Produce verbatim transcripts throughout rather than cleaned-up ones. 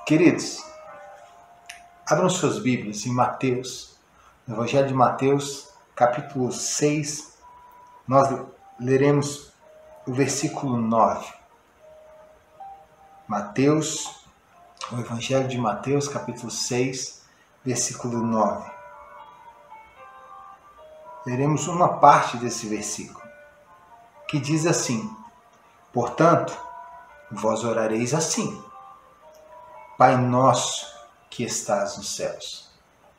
Queridos, abram suas Bíblias em Mateus, no Evangelho de Mateus, capítulo seis, nós leremos o versículo nove. Mateus, o Evangelho de Mateus, capítulo seis, versículo nove. Leremos uma parte desse versículo, que diz assim: portanto, vós orareis assim: Pai nosso que estás nos céus.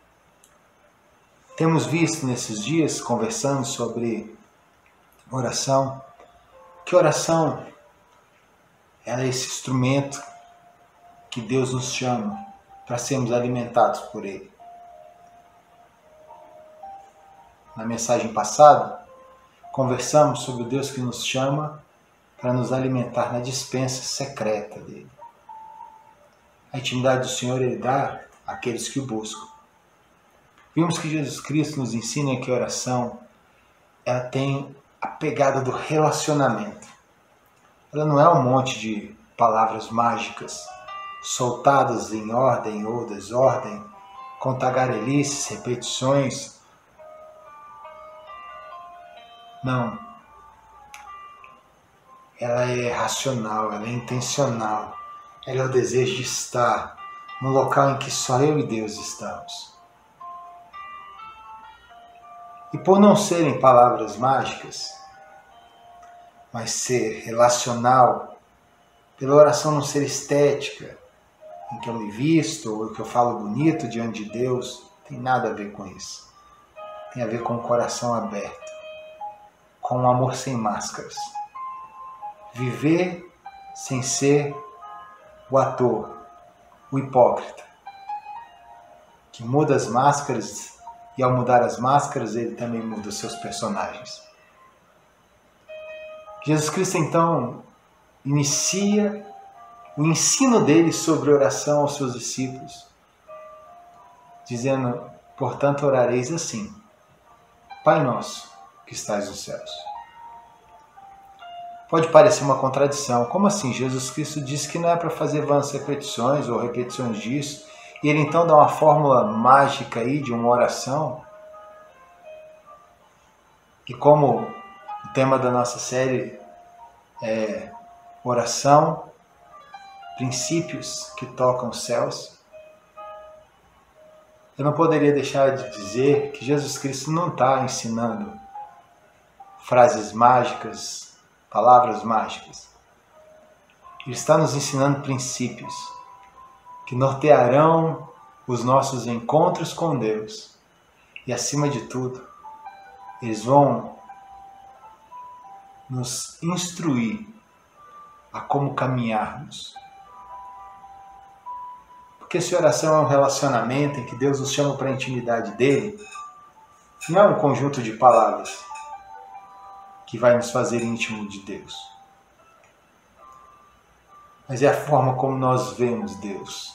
Temos visto nesses dias, conversando sobre oração, que oração ela é esse instrumento que Deus nos chama para sermos alimentados por Ele. Na mensagem passada, conversamos sobre o Deus que nos chama para nos alimentar na despensa secreta dEle. A intimidade do Senhor Ele dá àqueles que o buscam. Vimos que Jesus Cristo nos ensina que a oração ela tem a pegada do relacionamento. Ela não é um monte de palavras mágicas, soltadas em ordem ou desordem, com tagarelices, repetições. Não. Ela é racional, ela é intencional. Ela é o desejo de estar no local em que só eu e Deus estamos. E por não serem palavras mágicas, mas ser relacional, pela oração não ser estética, em que eu me visto ou que eu falo bonito diante de Deus, tem nada a ver com isso. Tem a ver com o coração aberto, com o amor sem máscaras. Viver sem ser o ator, o hipócrita, que muda as máscaras e ao mudar as máscaras ele também muda os seus personagens. Jesus Cristo então inicia o ensino dele sobre oração aos seus discípulos, dizendo: portanto orareis assim: Pai nosso que estais nos céus. Pode parecer uma contradição. Como assim? Jesus Cristo disse que não é para fazer vãs repetições ou repetições disso, e ele então dá uma fórmula mágica aí de uma oração. E como o tema da nossa série é oração, princípios que tocam os céus, eu não poderia deixar de dizer que Jesus Cristo não está ensinando frases mágicas, palavras mágicas. Ele está nos ensinando princípios que nortearão os nossos encontros com Deus. E acima de tudo, eles vão nos instruir a como caminharmos. Porque se oração é um relacionamento em que Deus nos chama para a intimidade dele, não é um conjunto de palavras que vai nos fazer íntimo de Deus. Mas é a forma como nós vemos Deus.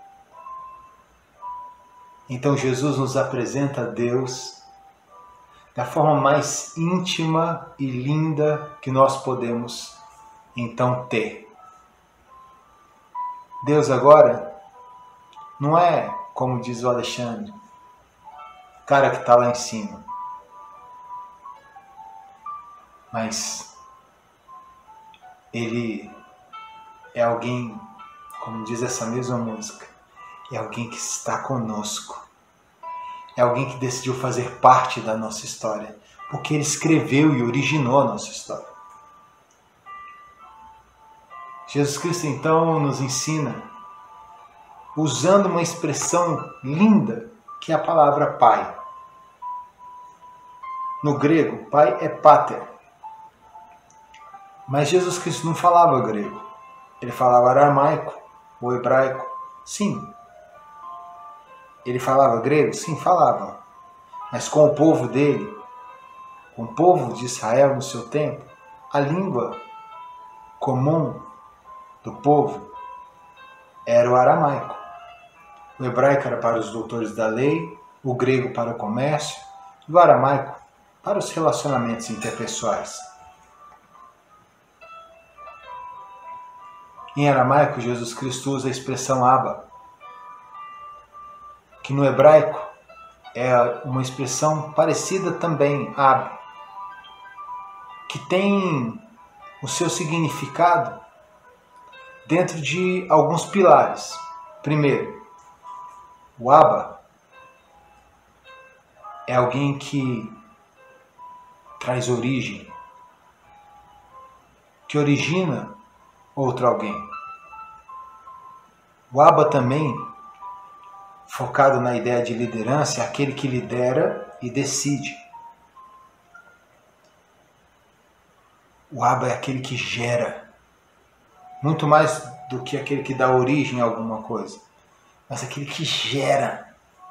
Então Jesus nos apresenta Deus da forma mais íntima e linda que nós podemos então ter. Deus agora não é, como diz o Alexandre, o cara que está lá em cima. Mas ele é alguém, como diz essa mesma música, é alguém que está conosco. É alguém que decidiu fazer parte da nossa história, porque ele escreveu e originou a nossa história. Jesus Cristo então nos ensina, usando uma expressão linda, que é a palavra Pai. No grego, Pai é pater. Mas Jesus Cristo não falava grego. Ele falava aramaico ou hebraico. Sim. Ele falava grego? Sim, falava. Mas com o povo dele, com o povo de Israel no seu tempo, a língua comum do povo era o aramaico. O hebraico era para os doutores da lei, o grego para o comércio, e o aramaico para os relacionamentos interpessoais. Em aramaico, Jesus Cristo usa a expressão Abba, que no hebraico é uma expressão parecida também, Ab, que tem o seu significado dentro de alguns pilares. Primeiro, o Abba é alguém que traz origem, que origina outro alguém. O Abba também, focado na ideia de liderança, é aquele que lidera e decide. O Abba é aquele que gera, muito mais do que aquele que dá origem a alguma coisa, mas aquele que gera.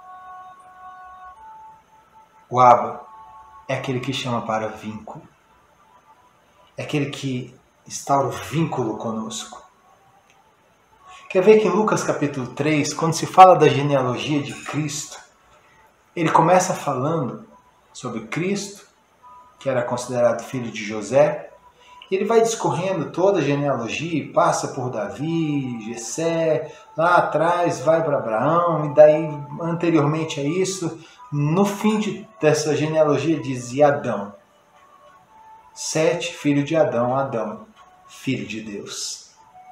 O Abba é aquele que chama para vínculo, é aquele que instaura o vínculo conosco. Quer ver que em Lucas capítulo três, quando se fala da genealogia de Cristo, ele começa falando sobre Cristo, que era considerado filho de José, e ele vai discorrendo toda a genealogia, passa por Davi, Jessé, lá atrás vai para Abraão, e daí anteriormente a isso, no fim de, dessa genealogia dizia Adão. Sete, filho de Adão, Adão, filho de Deus.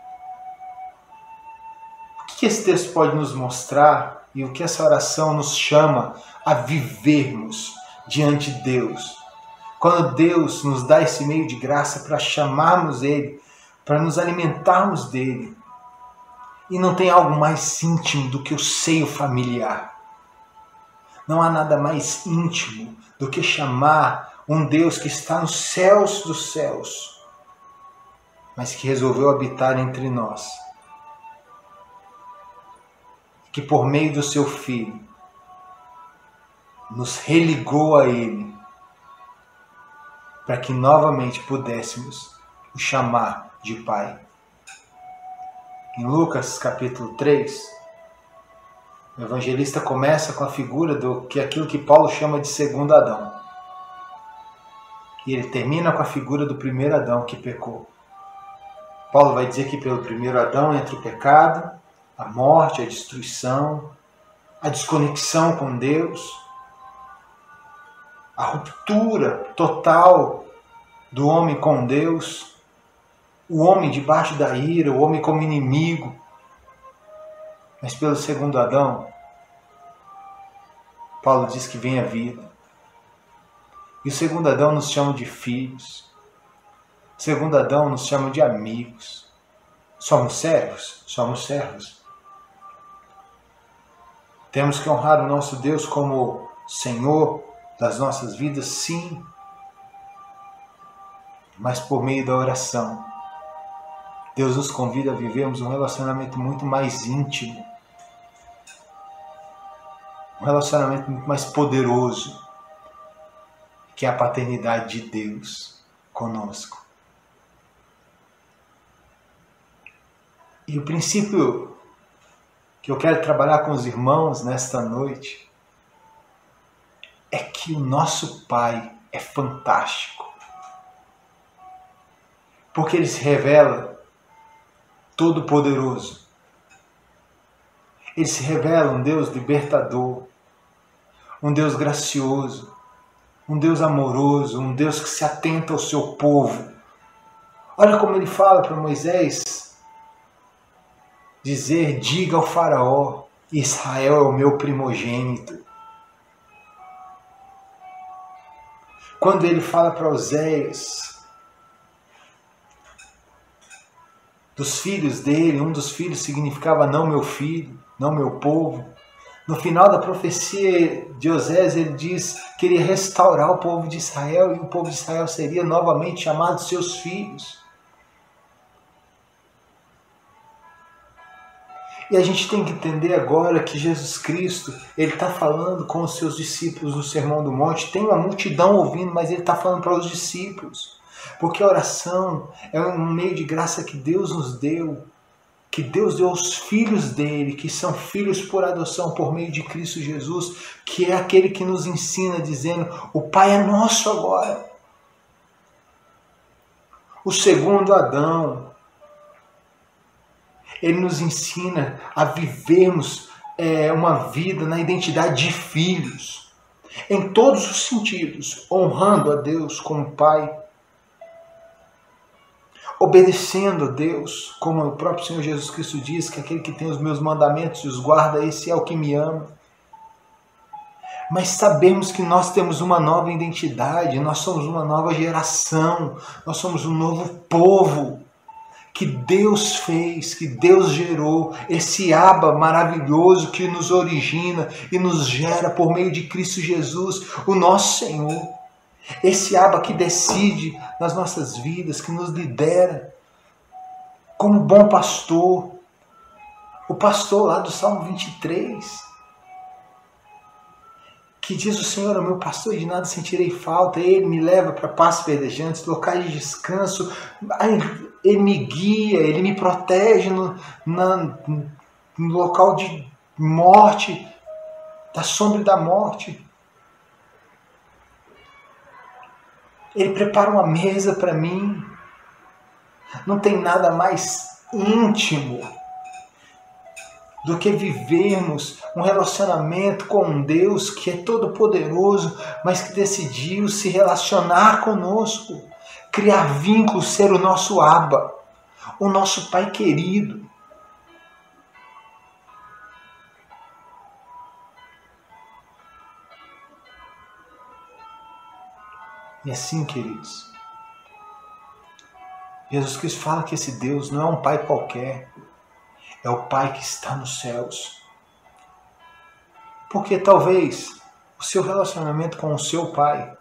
O que esse texto pode nos mostrar e o que essa oração nos chama a vivermos diante de Deus? Quando Deus nos dá esse meio de graça para chamarmos Ele, para nos alimentarmos dEle, e não tem algo mais íntimo do que o seio familiar. Não há nada mais íntimo do que chamar um Deus que está nos céus dos céus, mas que resolveu habitar entre nós. Que por meio do seu Filho nos religou a Ele, para que novamente pudéssemos o chamar de Pai. Em Lucas capítulo três, o evangelista começa com a figura do que aquilo que Paulo chama de segundo Adão. E ele termina com a figura do primeiro Adão que pecou. Paulo vai dizer que pelo primeiro Adão entra o pecado, a morte, a destruição, a desconexão com Deus, a ruptura total do homem com Deus, o homem debaixo da ira, o homem como inimigo. Mas pelo segundo Adão, Paulo diz que vem a vida. E o segundo Adão nos chama de filhos. O segundo Adão nos chama de amigos. Somos servos? Somos servos. Temos que honrar o nosso Deus como Senhor das nossas vidas, sim, mas por meio da oração. Deus nos convida a vivermos um relacionamento muito mais íntimo, um relacionamento muito mais poderoso, que é a paternidade de Deus conosco. E o princípio que eu quero trabalhar com os irmãos nesta noite é que o nosso Pai é fantástico, porque Ele se revela todo-poderoso. Ele se revela um Deus libertador, um Deus gracioso, um Deus amoroso, um Deus que se atenta ao seu povo. Olha como Ele fala para Moisés dizer: diga ao faraó, Israel é o meu primogênito. Quando ele fala para Oséias dos filhos dele, um dos filhos significava não meu filho, não meu povo. No final da profecia de Oséias, ele diz que ele ia restaurar o povo de Israel e o povo de Israel seria novamente chamado seus filhos. E a gente tem que entender agora que Jesus Cristo, Ele está falando com os seus discípulos no Sermão do Monte. Tem uma multidão ouvindo, mas Ele está falando para os discípulos. Porque a oração é um meio de graça que Deus nos deu, que Deus deu aos filhos dele, que são filhos por adoção por meio de Cristo Jesus, que é aquele que nos ensina dizendo: o Pai é nosso agora. O segundo Adão, ele nos ensina a vivermos é, uma vida na identidade de filhos, em todos os sentidos, honrando a Deus como Pai, obedecendo a Deus, como o próprio Senhor Jesus Cristo diz, que aquele que tem os meus mandamentos e os guarda, esse é o que me ama. Mas sabemos que nós temos uma nova identidade, nós somos uma nova geração, nós somos um novo povo que Deus fez, que Deus gerou, esse Abba maravilhoso que nos origina e nos gera por meio de Cristo Jesus, o nosso Senhor. Esse Abba que decide nas nossas vidas, que nos lidera como bom pastor. O pastor lá do Salmo vinte e três, que diz: o Senhor é o meu pastor e de nada sentirei falta, Ele me leva para pastos verdejantes, locais de descanso, Ele me guia, Ele me protege no, na, no local de morte, da sombra e da morte. Ele prepara uma mesa para mim. Não tem nada mais íntimo do que vivermos um relacionamento com um Deus que é todo poderoso, mas que decidiu se relacionar conosco, criar vínculos, ser o nosso Abba, o nosso Pai querido. E assim, queridos, Jesus Cristo fala que esse Deus não é um Pai qualquer, é o Pai que está nos céus. Porque talvez o seu relacionamento com o seu Pai,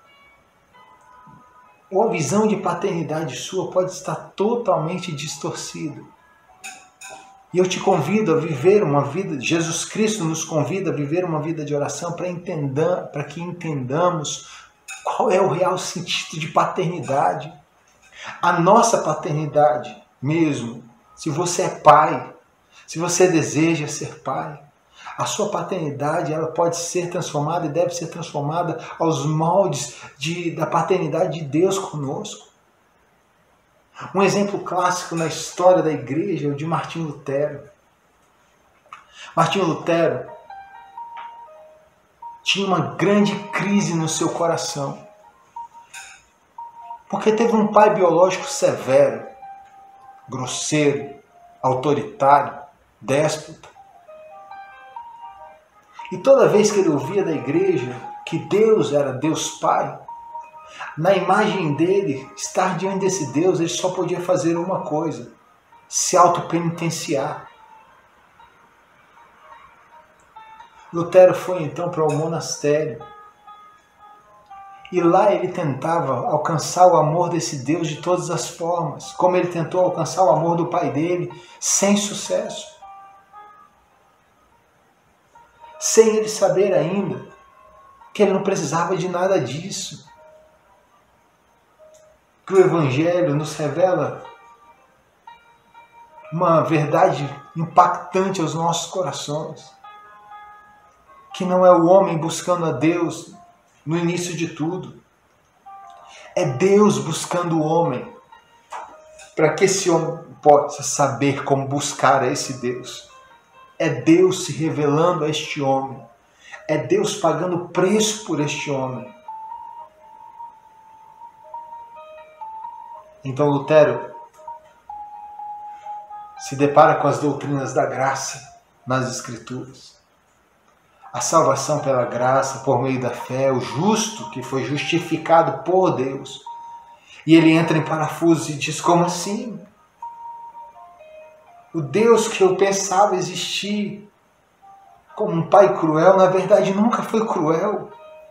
ou a visão de paternidade sua, pode estar totalmente distorcida. E eu te convido a viver uma vida, Jesus Cristo nos convida a viver uma vida de oração para entender, para que entendamos qual é o real sentido de paternidade. A nossa paternidade mesmo, se você é pai, se você deseja ser pai, a sua paternidade ela pode ser transformada e deve ser transformada aos moldes de, da paternidade de Deus conosco. Um exemplo clássico na história da igreja é o de Martinho Lutero. Martinho Lutero tinha uma grande crise no seu coração, porque teve um pai biológico severo, grosseiro, autoritário, déspota. E toda vez que ele ouvia da igreja que Deus era Deus Pai, na imagem dele, estar diante desse Deus, ele só podia fazer uma coisa: se autopenitenciar. Lutero foi então para o monastério e lá ele tentava alcançar o amor desse Deus de todas as formas, como ele tentou alcançar o amor do pai dele, sem sucesso. Sem ele saber ainda que ele não precisava de nada disso. Que o Evangelho nos revela uma verdade impactante aos nossos corações. Que não é o homem buscando a Deus no início de tudo. É Deus buscando o homem para que esse homem possa saber como buscar a esse Deus. É Deus se revelando a este homem. É Deus pagando preço por este homem. Então Lutero se depara com as doutrinas da graça nas Escrituras. A salvação pela graça, por meio da fé, o justo que foi justificado por Deus. E ele entra em parafuso e diz: como assim? O Deus que eu pensava existir como um pai cruel, na verdade nunca foi cruel.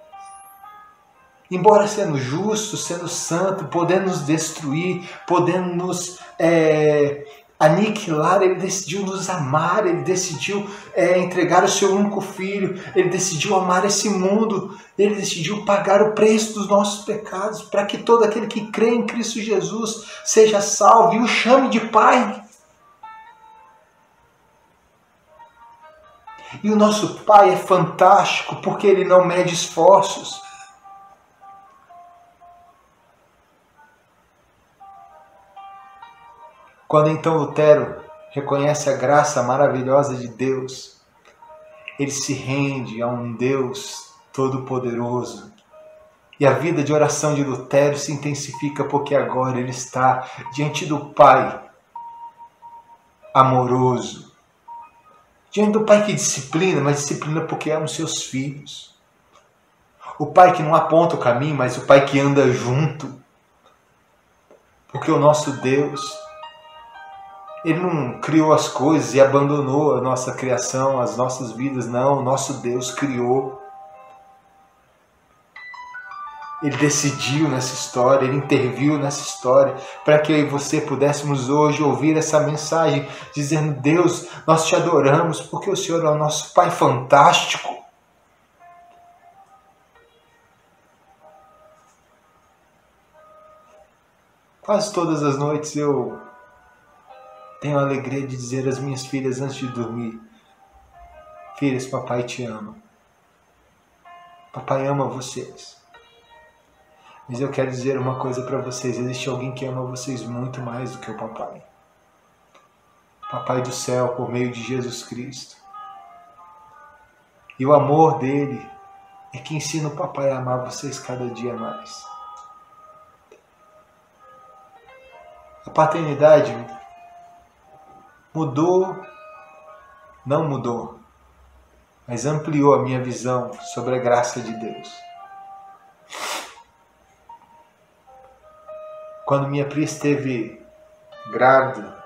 Embora sendo justo, sendo santo, podendo nos destruir, podendo nos é, aniquilar, ele decidiu nos amar, ele decidiu é, entregar o seu único filho, ele decidiu amar esse mundo, ele decidiu pagar o preço dos nossos pecados, para que todo aquele que crê em Cristo Jesus seja salvo e o chame de Pai. E o nosso Pai é fantástico porque ele não mede esforços. Quando então Lutero reconhece a graça maravilhosa de Deus, ele se rende a um Deus todo-poderoso. E a vida de oração de Lutero se intensifica porque agora ele está diante do Pai amoroso, diante do Pai que disciplina, mas disciplina porque ama os seus filhos. O Pai que não aponta o caminho, mas o Pai que anda junto. Porque o nosso Deus, Ele não criou as coisas e abandonou a nossa criação, as nossas vidas, não. O nosso Deus criou. Ele decidiu nessa história, Ele interviu nessa história, para que eu e você pudéssemos hoje ouvir essa mensagem, dizendo: Deus, nós te adoramos, porque o Senhor é o nosso Pai fantástico. Quase todas as noites eu tenho a alegria de dizer às minhas filhas antes de dormir: filhas, papai te ama. Papai ama vocês. Mas eu quero dizer uma coisa para vocês: existe alguém que ama vocês muito mais do que o papai. Papai do céu, por meio de Jesus Cristo. E o amor dele é que ensina o papai a amar vocês cada dia mais. A paternidade mudou, não mudou, mas ampliou a minha visão sobre a graça de Deus. Quando minha Pri esteve grávida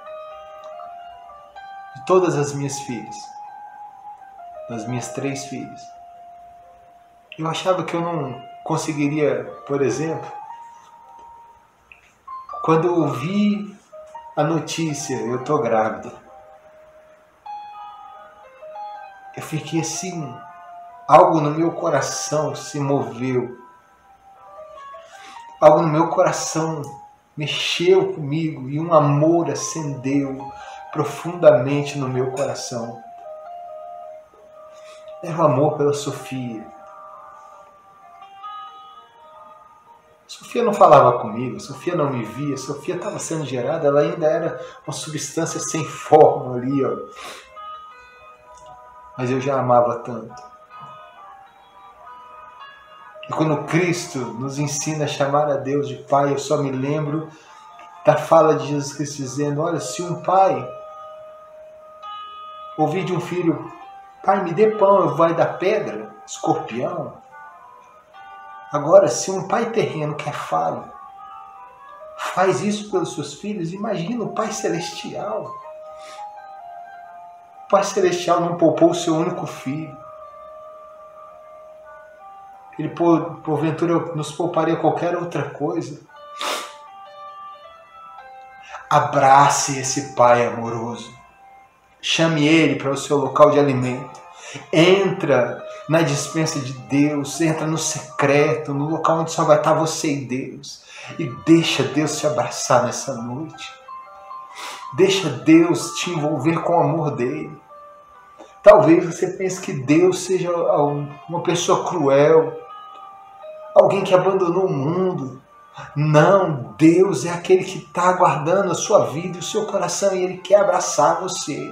de todas as minhas filhas, das minhas três filhas, eu achava que eu não conseguiria, por exemplo, quando eu ouvi a notícia, eu estou grávida, eu fiquei assim, algo no meu coração se moveu, algo no meu coração mexeu comigo e um amor acendeu profundamente no meu coração. Era o amor pela Sofia. Sofia não falava comigo, Sofia não me via, Sofia estava sendo gerada, ela ainda era uma substância sem forma ali, ó. Mas eu já a amava tanto. E quando Cristo nos ensina a chamar a Deus de Pai, eu só me lembro da fala de Jesus Cristo dizendo: olha, se um pai ouvir de um filho: pai, me dê pão, eu vou dar pedra, escorpião. Agora, se um pai terreno que é falho faz isso pelos seus filhos, imagina o Pai Celestial. O Pai Celestial não poupou o seu único filho. Ele, por, porventura, nos pouparia qualquer outra coisa. Abrace esse Pai amoroso. Chame Ele para o seu local de alimento. Entra na despensa de Deus, entra no secreto, no local onde só vai estar você e Deus. E deixa Deus te abraçar nessa noite. Deixa Deus te envolver com o amor dele. Talvez você pense que Deus seja uma pessoa cruel, alguém que abandonou o mundo. Não, Deus é aquele que está aguardando a sua vida e o seu coração, e Ele quer abraçar você.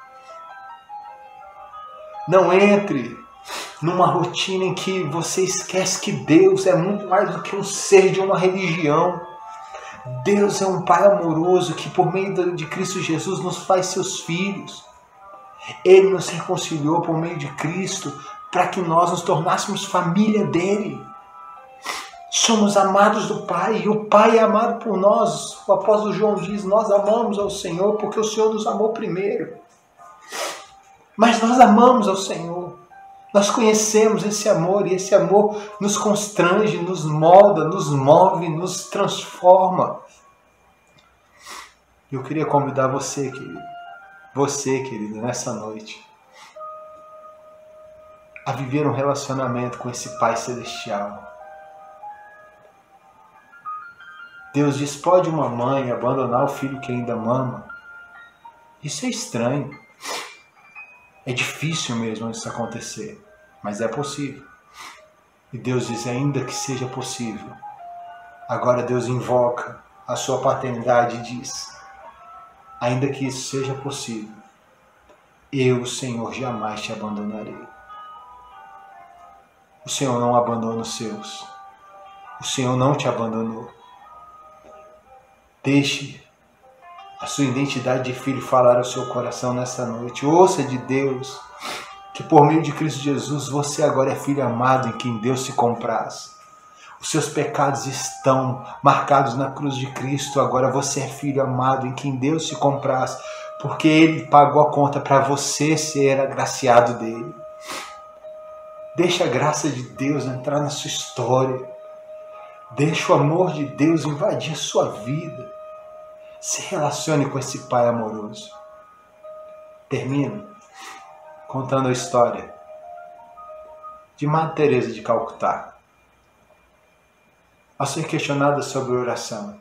Não entre numa rotina em que você esquece que Deus é muito mais do que um ser de uma religião. Deus é um Pai amoroso que, por meio de Cristo Jesus, nos faz seus filhos. Ele nos reconciliou por meio de Cristo para que nós nos tornássemos família dele. Somos amados do Pai e o Pai é amado por nós. O apóstolo João diz: nós amamos ao Senhor porque o Senhor nos amou primeiro. Mas nós amamos ao Senhor. Nós conhecemos esse amor e esse amor nos constrange, nos molda, nos move, nos transforma. Eu queria convidar você, querido, você, querido, nessa noite, a viver um relacionamento com esse Pai Celestial. Deus diz: pode uma mãe abandonar o filho que ainda mama? Isso é estranho. É difícil mesmo isso acontecer, mas é possível. E Deus diz: ainda que seja possível. Agora Deus invoca a sua paternidade e diz: ainda que isso seja possível, eu, o Senhor, jamais te abandonarei. O Senhor não abandona os seus. O Senhor não te abandonou. Deixe a sua identidade de filho falar ao seu coração nessa noite. Ouça de Deus que por meio de Cristo Jesus você agora é filho amado em quem Deus se compraz. Os seus pecados estão marcados na cruz de Cristo. Agora você é filho amado em quem Deus se compraz, porque Ele pagou a conta para você ser agraciado dele. Deixa a graça de Deus entrar na sua história. Deixa o amor de Deus invadir a sua vida. Se relacione com esse Pai amoroso. Termino contando a história de Madre Teresa de Calcutá. Ao ser questionada sobre oração,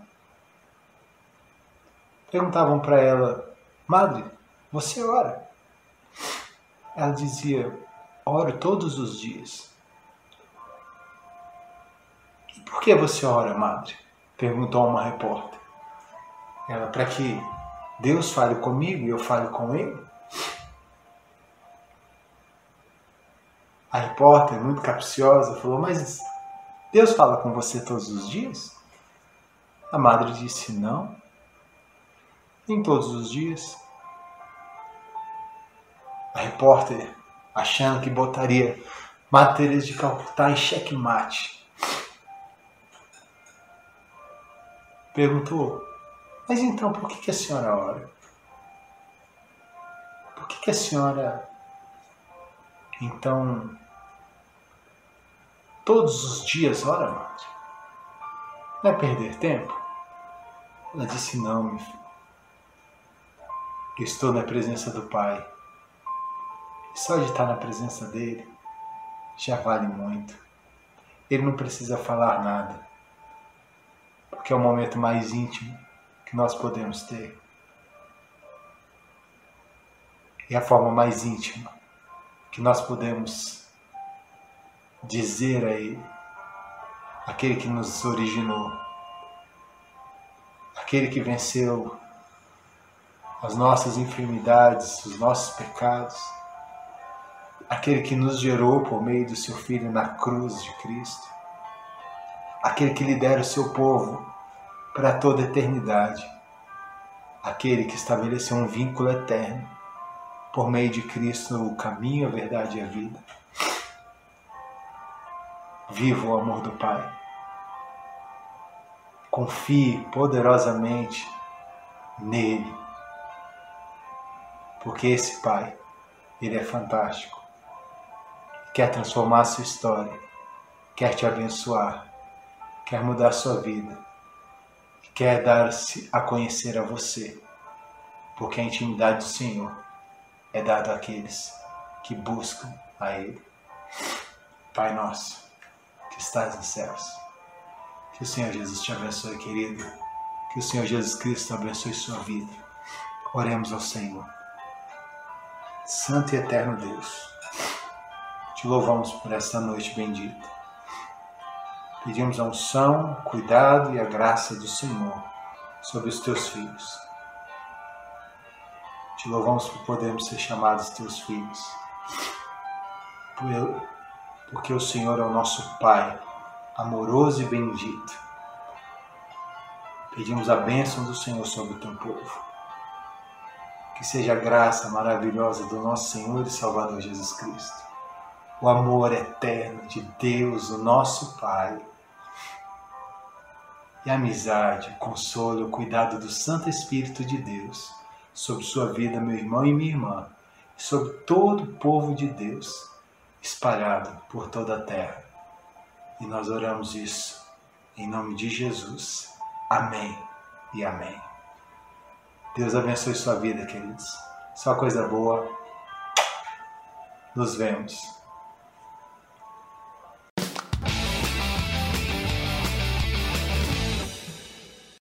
perguntavam para ela: Madre, você ora? Ela dizia: oro todos os dias. E por que você ora, Madre? Perguntou uma repórter. Ela: para que Deus fale comigo e eu fale com Ele. A repórter, muito capciosa, falou: mas Deus fala com você todos os dias? A Madre disse: não, nem todos os dias. A repórter, achando que botaria Madre Teresa de Calcutá em xeque-mate, perguntou: mas então por que a senhora ora? Por que a senhora, então, todos os dias ora, Madre? Não é perder tempo? Ela disse: não, meu filho. Eu estou na presença do Pai. E só de estar na presença dele já vale muito. Ele não precisa falar nada, porque é o momento mais íntimo que nós podemos ter. É a forma mais íntima que nós podemos dizer a Ele, aquele que nos originou, aquele que venceu as nossas enfermidades, os nossos pecados, aquele que nos gerou por meio do seu Filho na cruz de Cristo, aquele que lidera o seu povo para toda a eternidade, aquele que estabeleceu um vínculo eterno por meio de Cristo, o caminho, a verdade e a vida. Viva o amor do Pai. Confie poderosamente nele, porque esse Pai, ele é fantástico. Quer transformar a sua história, quer te abençoar, quer mudar a sua vida, quer dar-se a conhecer a você, porque a intimidade do Senhor é dada àqueles que buscam a Ele. Pai nosso, que estás nos céus, que o Senhor Jesus te abençoe, querido, que o Senhor Jesus Cristo abençoe sua vida. Oremos ao Senhor. Santo e eterno Deus, te louvamos por esta noite bendita. Pedimos a unção, o cuidado e a graça do Senhor sobre os teus filhos. Te louvamos por podermos ser chamados teus filhos, porque o Senhor é o nosso Pai, amoroso e bendito. Pedimos a bênção do Senhor sobre o teu povo. Que seja a graça maravilhosa do nosso Senhor e Salvador Jesus Cristo, o amor eterno de Deus, o nosso Pai, e a amizade, o consolo, o cuidado do Santo Espírito de Deus sobre sua vida, meu irmão e minha irmã, e sobre todo o povo de Deus espalhado por toda a terra. E nós oramos isso em nome de Jesus. Amém e amém. Deus abençoe sua vida, queridos. Só coisa boa. Nos vemos.